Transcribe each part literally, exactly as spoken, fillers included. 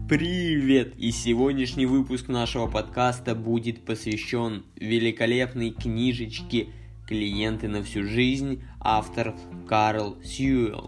Привет! И сегодняшний выпуск нашего подкаста будет посвящен великолепной книжечке «Клиенты на всю жизнь», автор Карл Сьюэлл.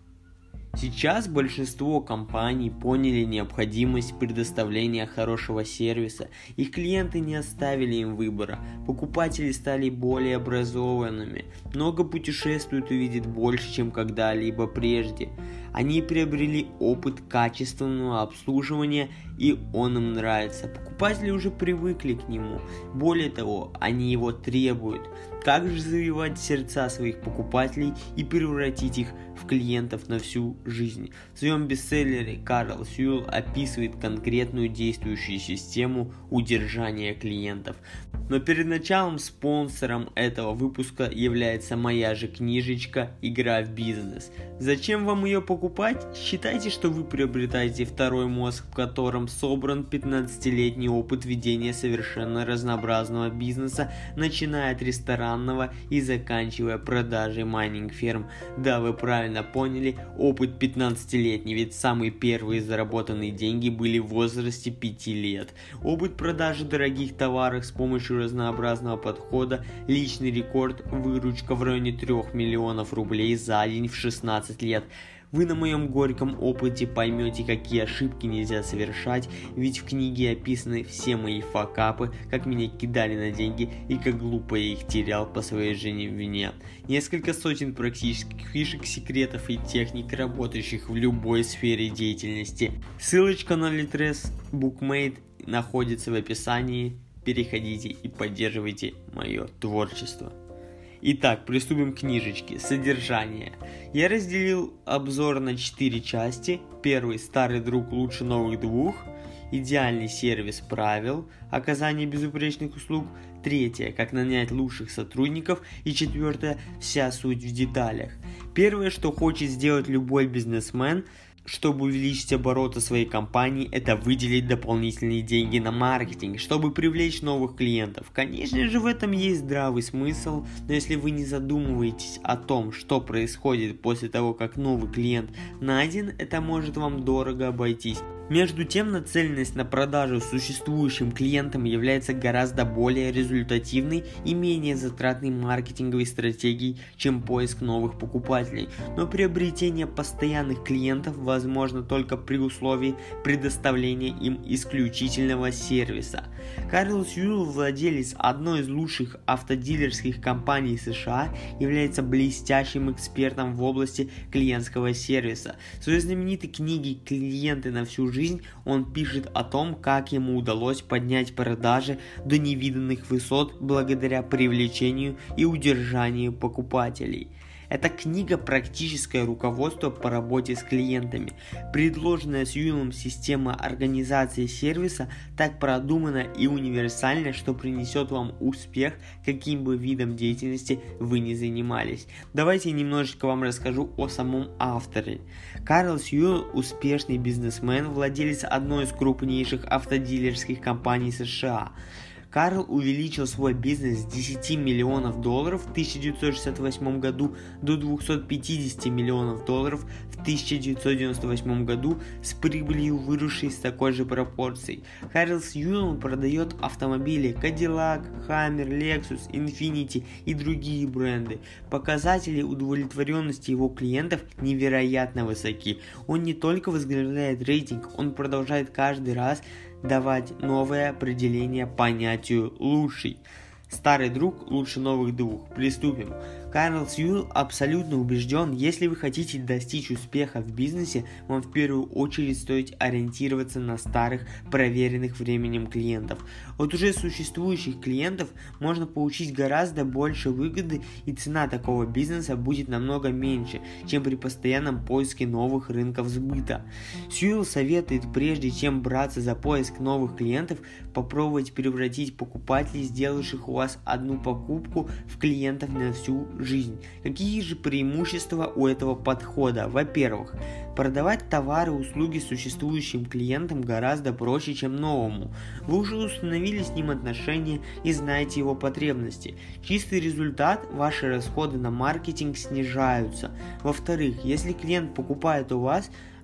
Сейчас большинство компаний поняли необходимость предоставления хорошего сервиса. Их клиенты не оставили им выбора. Покупатели стали более образованными. Много путешествуют и видят больше, чем когда-либо прежде. Они приобрели опыт качественного обслуживания, и он им нравится. Покупатели уже привыкли к нему. Более того, они его требуют. Как же завоевать сердца своих покупателей и превратить их в клиентов на всю жизнь? В своем бестселлере Карл Сьюэлл описывает конкретную действующую систему удержания клиентов. Но перед началом спонсором этого выпуска является моя же книжечка «Игра в бизнес». Зачем вам ее покупать? Считайте, что вы приобретаете второй мозг, в котором собран пятнадцатилетний опыт ведения совершенно разнообразного бизнеса, начиная от ресторанного и заканчивая продажей майнинг-ферм. Да, вы правильно поняли, опыт пятнадцатилетний, ведь самые первые заработанные деньги были в возрасте пяти лет. Опыт продажи дорогих товаров с помощью разнообразного подхода, личный рекорд, выручка в районе трёх миллионов рублей за день в шестнадцать лет. Вы на моем горьком опыте поймете, какие ошибки нельзя совершать, ведь в книге описаны все мои факапы, как меня кидали на деньги и как глупо я их терял по своей же вине. Несколько сотен практических фишек, секретов и техник, работающих в любой сфере деятельности. Ссылочка на Litres Bookmate находится в описании. Переходите и поддерживайте мое творчество. Итак, приступим к книжечке. Содержание. Я разделил обзор на четыре части. Первый: старый друг лучше новых двух. Идеальный сервис правил. Оказание безупречных услуг. Третье: как нанять лучших сотрудников. И четвертое: вся суть в деталях. Первое, что хочет сделать любой бизнесмен, чтобы увеличить обороты своей компании, это выделить дополнительные деньги на маркетинг, чтобы привлечь новых клиентов. Конечно же, в этом есть здравый смысл, но если вы не задумываетесь о том, что происходит после того, как новый клиент найден, это может вам дорого обойтись. Между тем, нацеленность на продажу существующим клиентам является гораздо более результативной и менее затратной маркетинговой стратегией, чем поиск новых покупателей. Но приобретение постоянных клиентов возможно только при условии предоставления им исключительного сервиса. Карл Сьюэлл, владелец одной из лучших автодилерских компаний США, является блестящим экспертом в области клиентского сервиса. В своей знаменитой книге «Клиенты на всю жизнь» жизнь он пишет о том, как ему удалось поднять продажи до невиданных высот благодаря привлечению и удержанию покупателей. Эта книга – практическое руководство по работе с клиентами. Предложенная Сьюэллом система организации сервиса так продумана и универсальна, что принесет вам успех, каким бы видом деятельности вы ни занимались. Давайте немножечко вам расскажу о самом авторе. Карл Сьюэлл – успешный бизнесмен, владелец одной из крупнейших автодилерских компаний США. Карл увеличил свой бизнес с десяти миллионов долларов в тысяча девятьсот шестьдесят восьмом году до двухсот пятидесяти миллионов долларов в тысяча девятьсот девяносто восьмом году с прибылью, выросшей с такой же пропорцией. Карл Сьюэлл продает автомобили Cadillac, Hummer, Lexus, Infiniti и другие бренды. Показатели удовлетворенности его клиентов невероятно высоки. Он не только возглавляет рейтинг, он продолжает каждый раз давать новое определение понятию «лучший». Старый друг лучше новых двух. Приступим. Карл Сьюэлл абсолютно убежден, если вы хотите достичь успеха в бизнесе, вам в первую очередь стоит ориентироваться на старых, проверенных временем клиентов. От уже существующих клиентов можно получить гораздо больше выгоды, и цена такого бизнеса будет намного меньше, чем при постоянном поиске новых рынков сбыта. Сьюэлл советует, прежде чем браться за поиск новых клиентов, попробовать превратить покупателей, сделавших у вас одну покупку, в клиентов на всю жизнь. Какие же преимущества у этого подхода? Во-первых, продавать товары и услуги существующим клиентам гораздо проще, чем новому. Вы уже установили с ним отношения и знаете его потребности. Чистый результат – ваши расходы на маркетинг снижаются. Во-вторых, если клиент покупает у вас,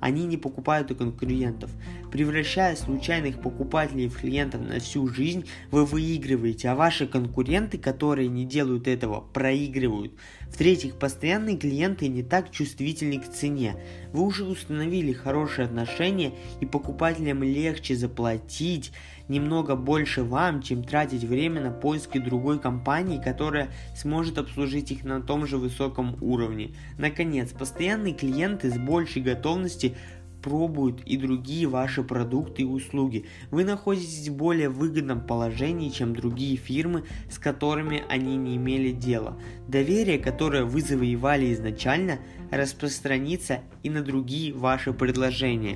они не покупают у конкурентов. Превращая случайных покупателей в клиентов на всю жизнь, вы выигрываете, а ваши конкуренты, которые не делают этого, проигрывают. В-третьих, постоянные клиенты не так чувствительны к цене. Вы уже установили хорошие отношения, и покупателям легче заплатить немного больше вам, чем тратить время на поиски другой компании, которая сможет обслужить их на том же высоком уровне. Наконец, постоянные клиенты с большей готовностью пробуют и другие ваши продукты и услуги. Вы находитесь в более выгодном положении, чем другие фирмы, с которыми они не имели дела. Доверие, которое вы завоевали изначально, распространится и на другие ваши предложения.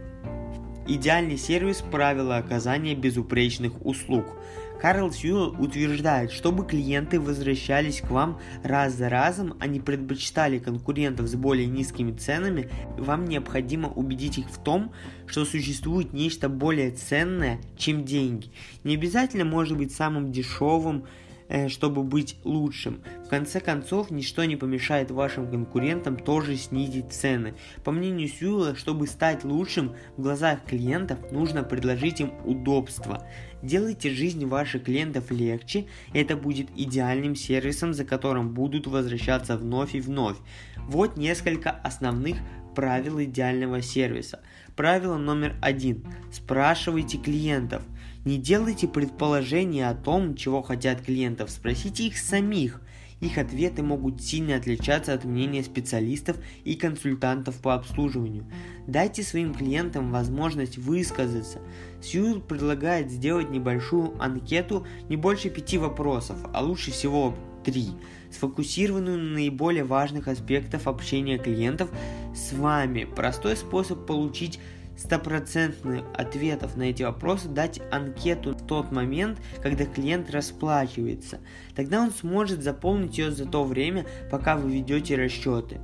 Идеальный сервис – правило оказания безупречных услуг. Карл Сьюэлл утверждает, чтобы клиенты возвращались к вам раз за разом, а не предпочитали конкурентов с более низкими ценами, вам необходимо убедить их в том, что существует нечто более ценное, чем деньги. Не обязательно может быть самым дешевым, чтобы быть лучшим. В конце концов, ничто не помешает вашим конкурентам тоже снизить цены. По мнению Сьюэлла, чтобы стать лучшим в глазах клиентов, нужно предложить им удобство. Делайте жизнь ваших клиентов легче, это будет идеальным сервисом, за которым будут возвращаться вновь и вновь. Вот несколько основных правил идеального сервиса. Правило номер один. Спрашивайте клиентов. Не делайте предположения о том, чего хотят клиентов, спросите их самих. Их ответы могут сильно отличаться от мнения специалистов и консультантов по обслуживанию. Дайте своим клиентам возможность высказаться. Сьюэлл предлагает сделать небольшую анкету, не больше пяти вопросов, а лучше всего три, сфокусированную на наиболее важных аспектах общения клиентов с вами. Простой способ получить стопроцентных ответов на эти вопросы — дать анкету в тот момент, когда клиент расплачивается. Тогда он сможет заполнить ее за то время, пока вы ведете расчеты.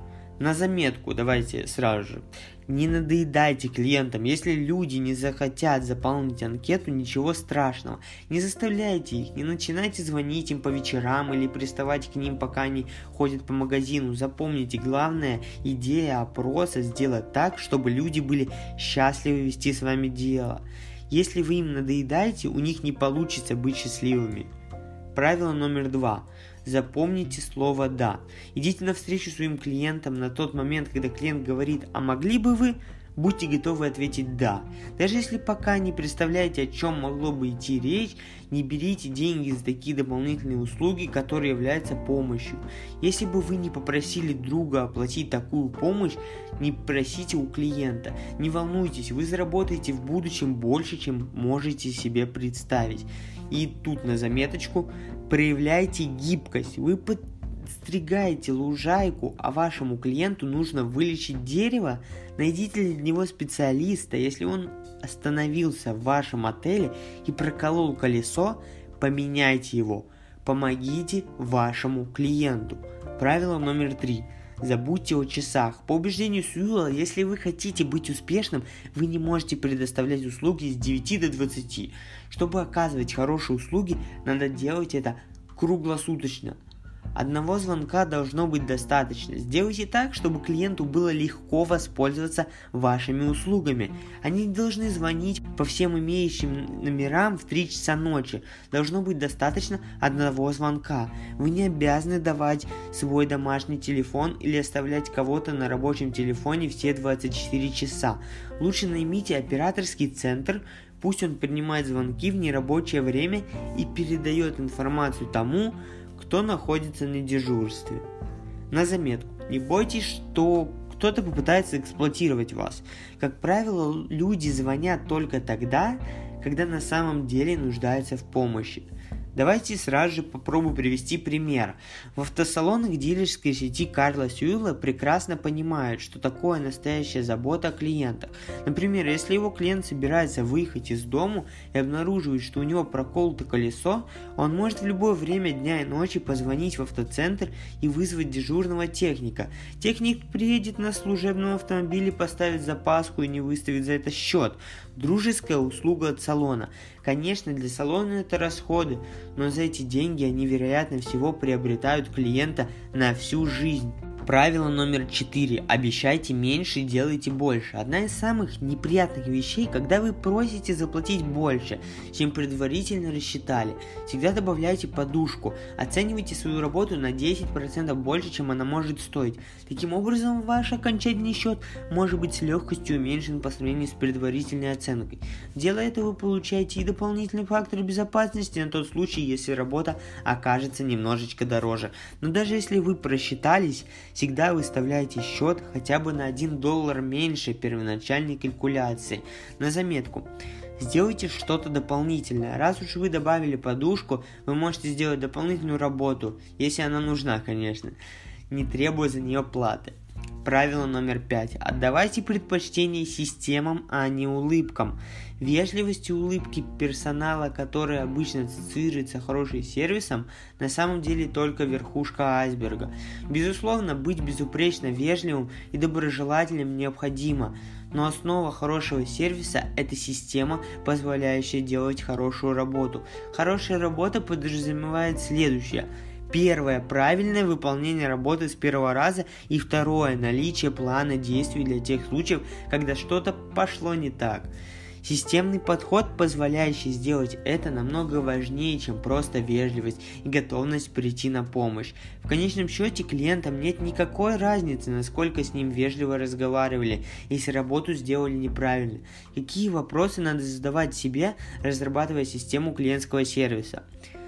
На заметку, давайте сразу же. Не надоедайте клиентам. Если люди не захотят заполнить анкету, ничего страшного. Не заставляйте их, не начинайте звонить им по вечерам или приставать к ним, пока они ходят по магазину. Запомните, главная идея опроса — сделать так, чтобы люди были счастливы вести с вами дело. Если вы им надоедаете, у них не получится быть счастливыми. Правило номер два. Запомните слово «да». Идите навстречу своим клиентам на тот момент, когда клиент говорит «а могли бы вы?», будьте готовы ответить «да». Даже если пока не представляете, о чем могло бы идти речь, не берите деньги за такие дополнительные услуги, которые являются помощью. Если бы вы не попросили друга оплатить такую помощь, не просите у клиента. Не волнуйтесь, вы заработаете в будущем больше, чем можете себе представить. И тут на заметочку: проявляйте гибкость. Вы подстригаете лужайку, а вашему клиенту нужно вылечить дерево. Найдите для него специалиста. Если он остановился в вашем отеле и проколол колесо, поменяйте его. Помогите вашему клиенту. Правило номер три. Забудьте о часах. По убеждению Сьюэлла, если вы хотите быть успешным, вы не можете предоставлять услуги с девяти до двадцати. Чтобы оказывать хорошие услуги, надо делать это круглосуточно. Одного звонка должно быть достаточно. Сделайте так, чтобы клиенту было легко воспользоваться вашими услугами. Они не должны звонить по всем имеющим номерам в три часа ночи. Должно быть достаточно одного звонка. Вы не обязаны давать свой домашний телефон или оставлять кого-то на рабочем телефоне все двадцать четыре часа. Лучше наймите операторский центр. Пусть он принимает звонки в нерабочее время и передает информацию тому, кто находится на дежурстве. На заметку. Не бойтесь, что кто-то попытается эксплуатировать вас. Как правило, люди звонят только тогда, когда на самом деле нуждаются в помощи. Давайте сразу же попробую привести пример. В автосалонах дилерской сети Карла Сьюэлла прекрасно понимают, что такое настоящая забота о клиентах. Например, если его клиент собирается выехать из дому и обнаруживает, что у него проколото колесо, он может в любое время дня и ночи позвонить в автоцентр и вызвать дежурного техника. Техник приедет на служебном автомобиле, поставит запаску и не выставит за это счет. Дружеская услуга от салона. Конечно, для салона это расходы, но за эти деньги они, вероятно всего, приобретают клиента на всю жизнь. Правило номер четыре. Обещайте меньше, делайте больше. Одна из самых неприятных вещей, когда вы просите заплатить больше, чем предварительно рассчитали. Всегда добавляйте подушку. Оценивайте свою работу на десять процентов больше, чем она может стоить. Таким образом, ваш окончательный счет может быть с легкостью уменьшен по сравнению с предварительной оценкой. Делая это, вы получаете и дополнительный фактор безопасности на тот случай, если работа окажется немножечко дороже. Но даже если вы просчитались, всегда выставляйте счет хотя бы на один доллар меньше первоначальной калькуляции. На заметку. Сделайте что-то дополнительное. Раз уж вы добавили подушку, вы можете сделать дополнительную работу, если она нужна, конечно, не требуя за нее платы. Правило номер пять. Отдавайте предпочтение системам, а не улыбкам. Вежливость и улыбки персонала, который обычно ассоциируется с хорошим сервисом, на самом деле только верхушка айсберга. Безусловно, быть безупречно вежливым и доброжелательным необходимо, но основа хорошего сервиса – это система, позволяющая делать хорошую работу. Хорошая работа подразумевает следующее. Первое – правильное выполнение работы с первого раза, и второе – наличие плана действий для тех случаев, когда что-то пошло не так. Системный подход, позволяющий сделать это, намного важнее, чем просто вежливость и готовность прийти на помощь. В конечном счете клиентам нет никакой разницы, насколько с ним вежливо разговаривали, если работу сделали неправильно. Какие вопросы надо задавать себе, разрабатывая систему клиентского сервиса?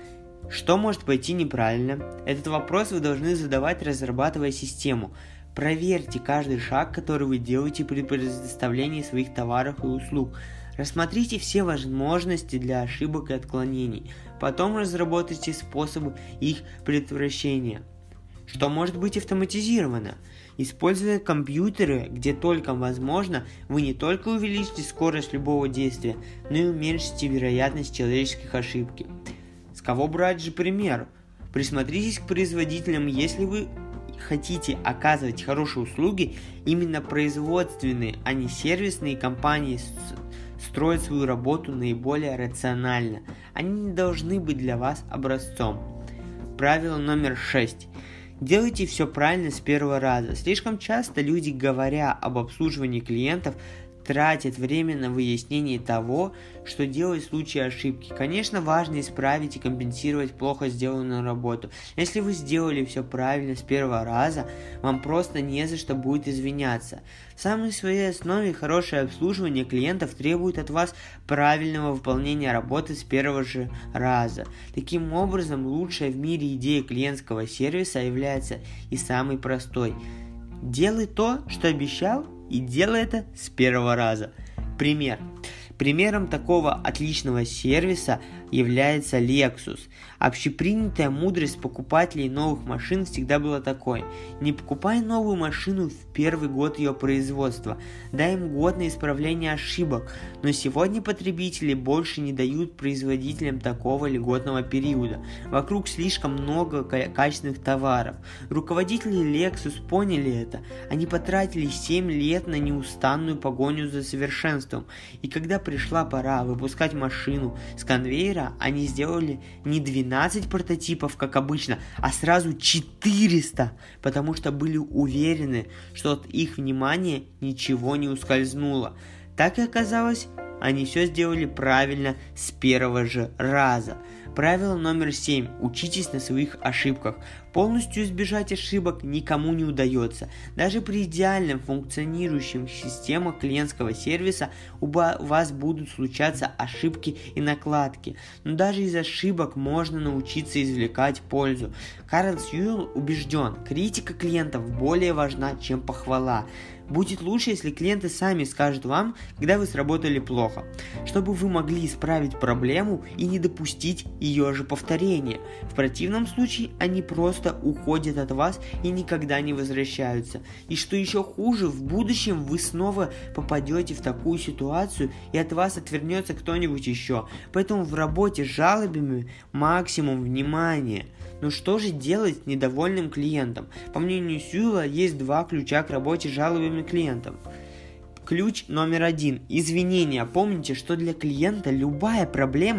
Что может пойти неправильно? Этот вопрос вы должны задавать, разрабатывая систему. Проверьте каждый шаг, который вы делаете при предоставлении своих товаров и услуг. Рассмотрите все возможности для ошибок и отклонений. Потом разработайте способы их предотвращения. Что может быть автоматизировано? Используя компьютеры, где только возможно, вы не только увеличите скорость любого действия, но и уменьшите вероятность человеческих ошибок. С кого брать же пример? Присмотритесь к производителям, если вы хотите оказывать хорошие услуги, именно производственные, а не сервисные компании строят свою работу наиболее рационально. Они не должны быть для вас образцом. Правило номер шесть. Делайте все правильно с первого раза. Слишком часто люди, говоря об обслуживании клиентов, тратят время на выяснение того, что делать в случае ошибки. Конечно, важно исправить и компенсировать плохо сделанную работу. Если вы сделали все правильно с первого раза, вам просто не за что будет извиняться. В самой своей основе хорошее обслуживание клиентов требует от вас правильного выполнения работы с первого же раза. Таким образом, лучшая в мире идея клиентского сервиса является и самой простой. Делай то, что обещал, и делай это с первого раза. Пример. Примером такого отличного сервиса является Lexus. Общепринятая мудрость покупателей новых машин всегда была такой: не покупай новую машину в первый год ее производства, дай им год на исправление ошибок. Но сегодня потребители больше не дают производителям такого льготного периода. Вокруг слишком много качественных товаров. Руководители Lexus поняли это. Они потратили семь лет на неустанную погоню за совершенством. И когда пришла пора выпускать машину с конвейера, они сделали не двенадцать прототипов, как обычно, а сразу четыреста, потому что были уверены, что от их внимания ничего не ускользнуло. Так и оказалось, они все сделали правильно с первого же раза. Правило номер семь. Учитесь на своих ошибках. Полностью избежать ошибок никому не удается. Даже при идеальном функционирующем системах клиентского сервиса у вас будут случаться ошибки и накладки. Но даже из ошибок можно научиться извлекать пользу. Карл Сьюэлл убежден, критика клиентов более важна, чем похвала. Будет лучше, если клиенты сами скажут вам, когда вы сработали плохо, чтобы вы могли исправить проблему и не допустить ее же повторения. В противном случае они просто уходят от вас и никогда не возвращаются. И что еще хуже, в будущем вы снова попадете в такую ситуацию и от вас отвернется кто-нибудь еще. Поэтому в работе с жалобами максимум внимания. Но что же делать с недовольным клиентом? По мнению Сьюэлла, есть два ключа к работе с жалобами клиентов. Ключ номер один. Извинения. Помните, что для клиента любая проблема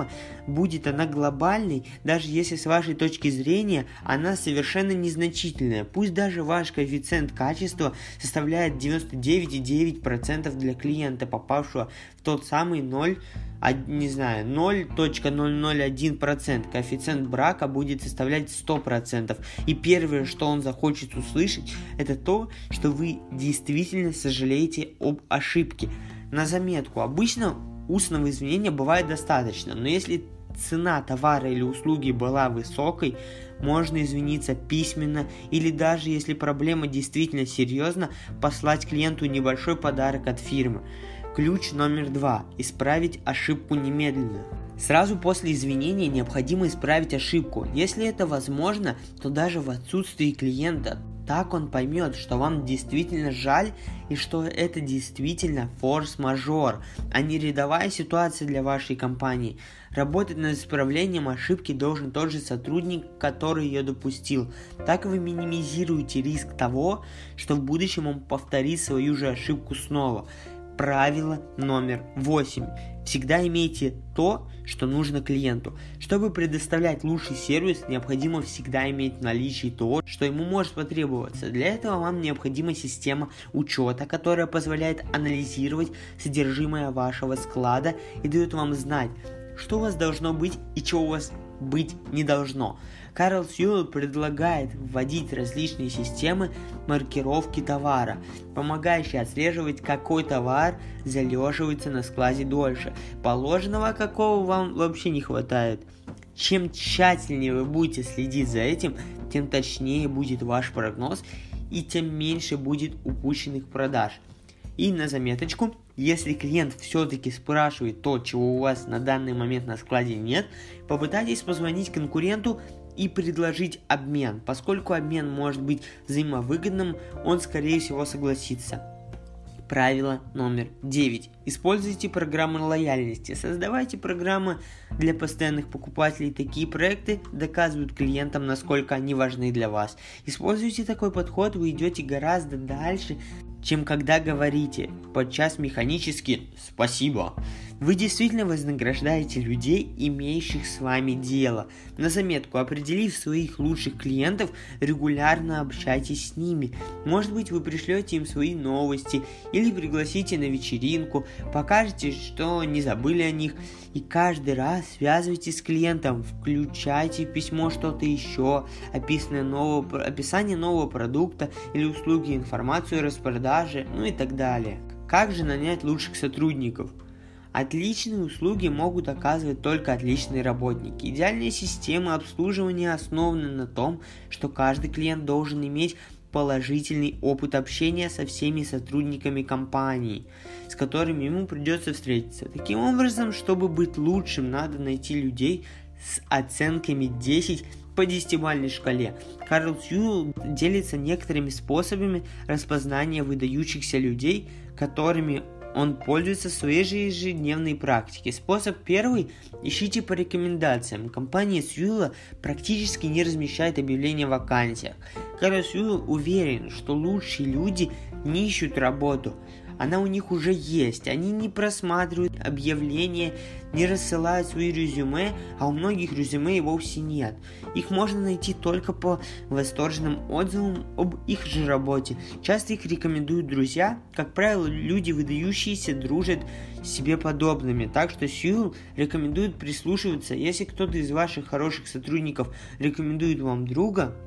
будет она глобальной, даже если с вашей точки зрения она совершенно незначительная. Пусть даже ваш коэффициент качества составляет девяносто девять целых девять десятых процента для клиента, попавшего в тот самый ноль, не знаю, ноль целых ноль ноль один процента. Коэффициент брака будет составлять сто процентов. И первое, что он захочет услышать, это то, что вы действительно сожалеете об ошибке. На заметку, обычно устного извинения бывает достаточно, но если цена товара или услуги была высокой, можно извиниться письменно или даже если проблема действительно серьезна, послать клиенту небольшой подарок от фирмы. Ключ номер два. Исправить ошибку немедленно. Сразу после извинения необходимо исправить ошибку. Если это возможно, то даже в отсутствии клиента. Так он поймет, что вам действительно жаль и что это действительно форс-мажор, а не рядовая ситуация для вашей компании. Работать над исправлением ошибки должен тот же сотрудник, который ее допустил. Так вы минимизируете риск того, что в будущем он повторит свою же ошибку снова. Правило номер восемь. Всегда имейте то, что нужно клиенту. Чтобы предоставлять лучший сервис, необходимо всегда иметь в наличии то, что ему может потребоваться. Для этого вам необходима система учета, которая позволяет анализировать содержимое вашего склада и дает вам знать, что у вас должно быть и чего у вас быть не должно. Карл Сьюэлл предлагает вводить различные системы маркировки товара, помогающие отслеживать, какой товар залеживается на складе дольше, положенного какого вам вообще не хватает. Чем тщательнее вы будете следить за этим, тем точнее будет ваш прогноз и тем меньше будет упущенных продаж. И на заметочку, если клиент все-таки спрашивает то, чего у вас на данный момент на складе нет, попытайтесь позвонить конкуренту и предложить обмен. Поскольку обмен может быть взаимовыгодным, он скорее всего согласится. Правило номер девять. Используйте программы лояльности. Создавайте программы для постоянных покупателей. Такие проекты доказывают клиентам, насколько они важны для вас. Используйте такой подход, вы идете гораздо дальше, чем когда говорите, подчас механически «спасибо». Вы действительно вознаграждаете людей, имеющих с вами дело. На заметку, определив своих лучших клиентов, регулярно общайтесь с ними. Может быть, вы пришлете им свои новости или пригласите на вечеринку, покажете, что не забыли о них. И каждый раз связывайтесь с клиентом, включайте в письмо что-то еще, описание нового, описание нового продукта или услуги, информацию о распродаже, ну и так далее. Как же нанять лучших сотрудников? Отличные услуги могут оказывать только отличные работники. Идеальная система обслуживания основана на том, что каждый клиент должен иметь положительный опыт общения со всеми сотрудниками компании, с которыми ему придется встретиться. Таким образом, чтобы быть лучшим, надо найти людей с оценками десять по десятибалльной шкале. Карл Сьюэлл делится некоторыми способами распознания выдающихся людей, которыми он пользуется в своей же ежедневной практике. Способ первый – ищите по рекомендациям. Компания Сьюэлла практически не размещает объявления о вакансиях. Карл Сьюэлл уверен, что лучшие люди не ищут работу. Она у них уже есть. Они не просматривают объявления, не рассылают свои резюме, а у многих резюме и вовсе нет. Их можно найти только по восторженным отзывам об их же работе. Часто их рекомендуют друзья. Как правило, люди выдающиеся дружат с себе подобными. Так что Сьюэлл рекомендует прислушиваться. Если кто-то из ваших хороших сотрудников рекомендует вам друга,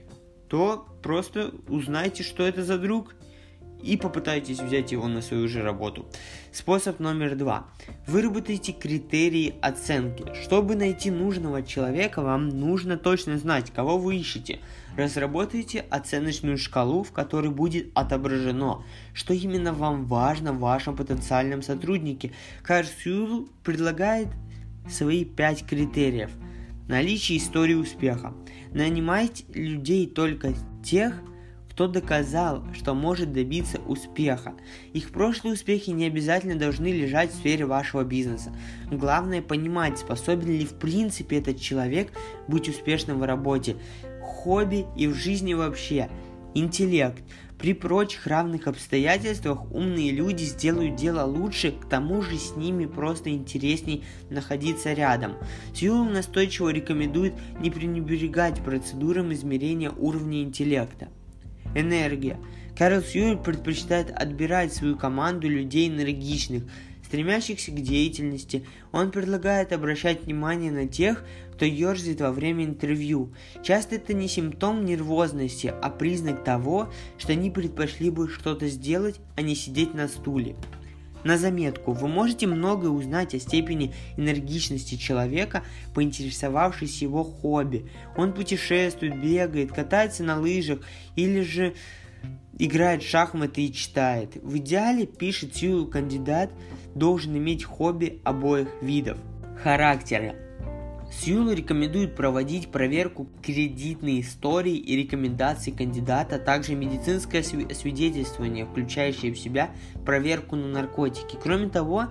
то просто узнайте, что это за друг, и попытайтесь взять его на свою же работу. Способ номер два. Выработайте критерии оценки. Чтобы найти нужного человека, вам нужно точно знать, кого вы ищете. Разработайте оценочную шкалу, в которой будет отображено, что именно вам важно в вашем потенциальном сотруднике. Карл Сьюэлл предлагает свои пять критериев. Наличие истории успеха. Нанимайте людей только тех, кто доказал, что может добиться успеха. Их прошлые успехи не обязательно должны лежать в сфере вашего бизнеса. Главное понимать, способен ли в принципе этот человек быть успешным в работе, хобби и в жизни вообще. Интеллект. При прочих равных обстоятельствах умные люди сделают дело лучше, к тому же с ними просто интересней находиться рядом. Сьюэлл настойчиво рекомендует не пренебрегать процедурам измерения уровня интеллекта. Энергия. Карл Сьюэлл предпочитает отбирать свою команду людей энергичных, стремящихся к деятельности. Он предлагает обращать внимание на тех, кто ерзает во время интервью. Часто это не симптом нервозности, а признак того, что они предпочли бы что-то сделать, а не сидеть на стуле. На заметку, вы можете многое узнать о степени энергичности человека, поинтересовавшись его хобби. Он путешествует, бегает, катается на лыжах или же играет в шахматы и читает. В идеале, пишет Сьюэлл, кандидат должен иметь хобби обоих видов. Характеры. Сьюэлл рекомендует проводить проверку кредитной истории и рекомендаций кандидата, а также медицинское свидетельствование, включающее в себя проверку на наркотики. Кроме того,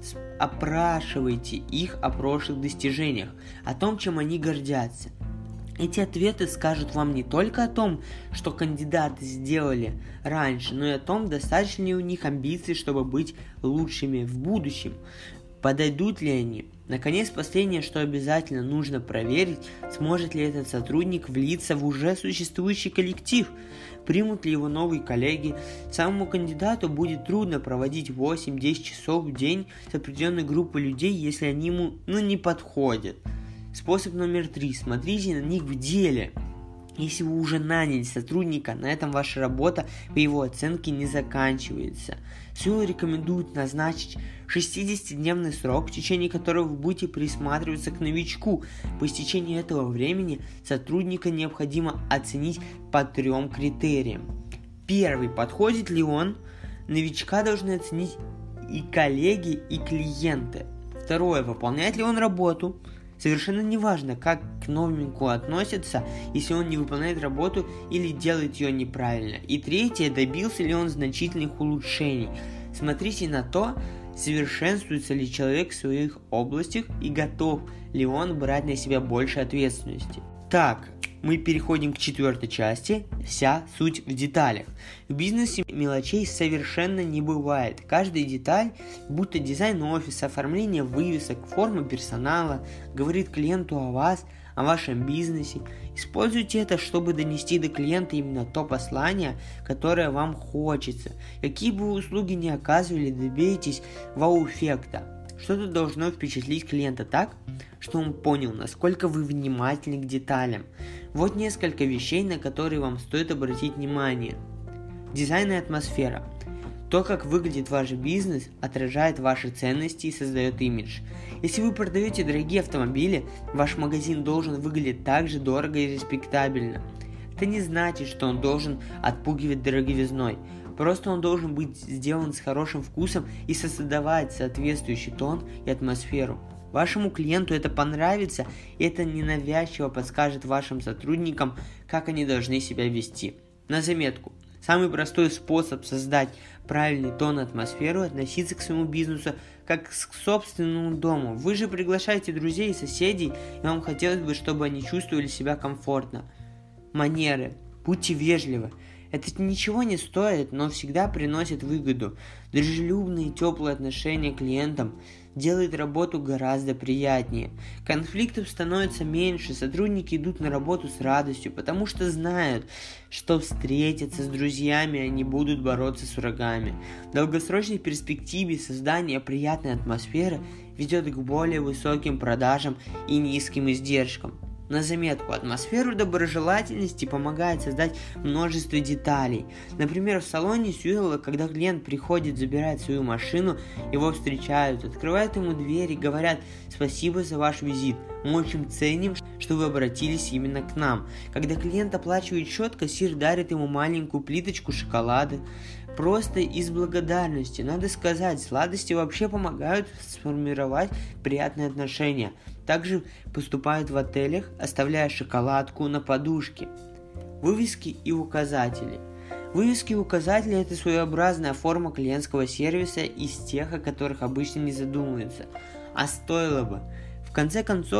опрашивайте их о прошлых достижениях, о том, чем они гордятся. Эти ответы скажут вам не только о том, что кандидаты сделали раньше, но и о том, достаточно ли у них амбиций, чтобы быть лучшими в будущем. Подойдут ли они? Наконец, последнее, что обязательно нужно проверить, сможет ли этот сотрудник влиться в уже существующий коллектив, примут ли его новые коллеги. Самому кандидату будет трудно проводить восемь-десять часов в день с определенной группой людей, если они ему ну, не подходят. Способ номер три. Смотрите на них в деле. Если вы уже наняли сотрудника, на этом ваша работа по его оценке не заканчивается. Сьюэлл рекомендует назначить шестидесятидневный срок, в течение которого вы будете присматриваться к новичку. По истечении этого времени сотрудника необходимо оценить по трем критериям. Первый. Подходит ли он? Новичка должны оценить и коллеги, и клиенты. Второе. Выполняет ли он работу? Совершенно неважно, как к новенькому относятся, если он не выполняет работу или делает ее неправильно. И третье, добился ли он значительных улучшений. Смотрите на то, совершенствуется ли человек в своих областях и готов ли он брать на себя больше ответственности. Так, мы переходим к четвертой части. Вся суть в деталях. В бизнесе мелочей совершенно не бывает. Каждая деталь, будь то дизайн офиса, оформление вывесок, форма персонала, говорит клиенту о вас, о вашем бизнесе. Используйте это, чтобы донести до клиента именно то послание, которое вам хочется. Какие бы вы услуги ни оказывали, добейтесь вау-эффекта. Что-то должно впечатлить клиента так, что он понял, насколько вы внимательны к деталям. Вот несколько вещей, на которые вам стоит обратить внимание. Дизайн и атмосфера. То, как выглядит ваш бизнес, отражает ваши ценности и создает имидж. Если вы продаете дорогие автомобили, ваш магазин должен выглядеть так же дорого и респектабельно. Это не значит, что он должен отпугивать дороговизной. Просто он должен быть сделан с хорошим вкусом и создавать соответствующий тон и атмосферу. Вашему клиенту это понравится, и это ненавязчиво подскажет вашим сотрудникам, как они должны себя вести. На заметку. Самый простой способ создать правильный тон и атмосферу – относиться к своему бизнесу как к собственному дому. Вы же приглашаете друзей и соседей, и вам хотелось бы, чтобы они чувствовали себя комфортно. Манеры. Будьте вежливы. Это ничего не стоит, но всегда приносит выгоду. Дружелюбные и теплые отношения к клиентам делают работу гораздо приятнее. Конфликтов становится меньше, сотрудники идут на работу с радостью, потому что знают, что встретятся с друзьями, а не будут бороться с врагами. В долгосрочной перспективе создание приятной атмосферы ведет к более высоким продажам и низким издержкам. На заметку, атмосферу доброжелательности помогает создать множество деталей. Например, в салоне Сьюэлла, когда клиент приходит забирать свою машину, его встречают, открывают ему дверь и говорят: «Спасибо за ваш визит, мы очень ценим, что вы обратились именно к нам». Когда клиент оплачивает счет, кассир дарит ему маленькую плиточку шоколада. Просто из благодарности. Надо сказать, сладости вообще помогают сформировать приятные отношения. Также поступают в отелях, оставляя шоколадку на подушке. Вывески и указатели. Вывески и указатели – это своеобразная форма клиентского сервиса из тех, о которых обычно не задумываются. А стоило бы. В конце концов,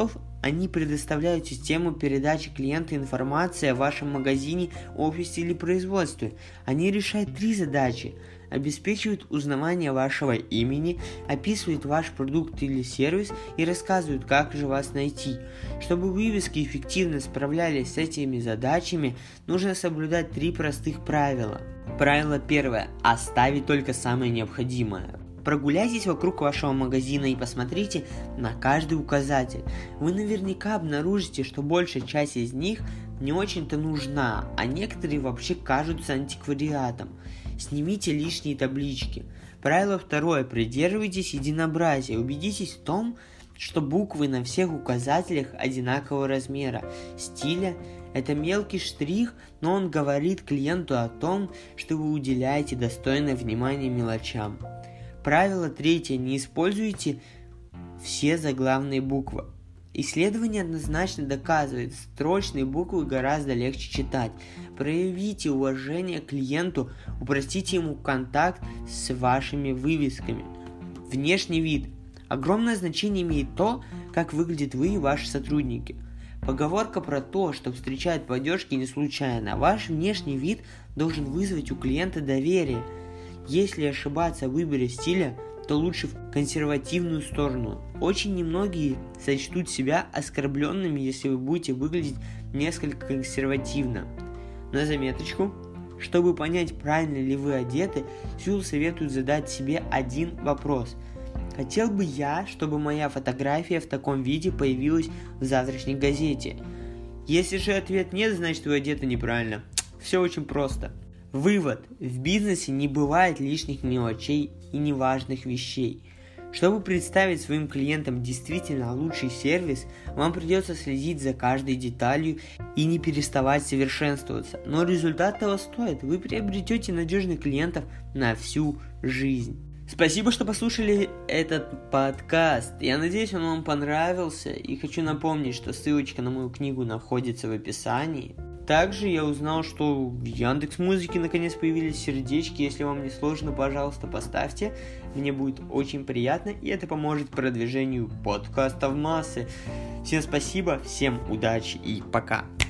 Они предоставляют систему передачи клиенту информации о вашем магазине, офисе или производстве. Они решают три задачи: обеспечивают узнавание вашего имени, описывают ваш продукт или сервис и рассказывают, как же вас найти. Чтобы вывески эффективно справлялись с этими задачами, нужно соблюдать три простых правила. Правило первое. Оставить только самое необходимое. Прогуляйтесь вокруг вашего магазина и посмотрите на каждый указатель. Вы наверняка обнаружите, что большая часть из них не очень-то нужна, а некоторые вообще кажутся антиквариатом. Снимите лишние таблички. Правило второе. Придерживайтесь единообразия. Убедитесь в том, что буквы на всех указателях одинакового размера, стиля. Это мелкий штрих, но он говорит клиенту о том, что вы уделяете достойное внимание мелочам. Правило третье. Не используйте все заглавные буквы. Исследование однозначно доказывает, строчные буквы гораздо легче читать. Проявите уважение к клиенту, упростите ему контакт с вашими вывесками. Внешний вид. Огромное значение имеет то, как выглядят вы и ваши сотрудники. Поговорка про то, что встречают по одежке, не случайно. Ваш внешний вид должен вызвать у клиента доверие. Если ошибаться в выборе стиля, то лучше в консервативную сторону. Очень немногие сочтут себя оскорбленными, если вы будете выглядеть несколько консервативно. На заметочку, чтобы понять, правильно ли вы одеты, Сьюэл советует задать себе один вопрос. Хотел бы я, чтобы моя фотография в таком виде появилась в завтрашней газете? Если же ответ нет, значит вы одеты неправильно. Все очень просто. Вывод. В бизнесе не бывает лишних мелочей и неважных вещей. Чтобы представить своим клиентам действительно лучший сервис, вам придется следить за каждой деталью и не переставать совершенствоваться. Но результат того стоит. Вы приобретете надежных клиентов на всю жизнь. Спасибо, что послушали этот подкаст. Я надеюсь, он вам понравился. И хочу напомнить, что ссылочка на мою книгу находится в описании. Также я узнал, что в Яндекс.Музыке наконец появились сердечки. Если вам не сложно, пожалуйста, поставьте. Мне будет очень приятно, и это поможет продвижению подкаста в массы. Всем спасибо, всем удачи и пока.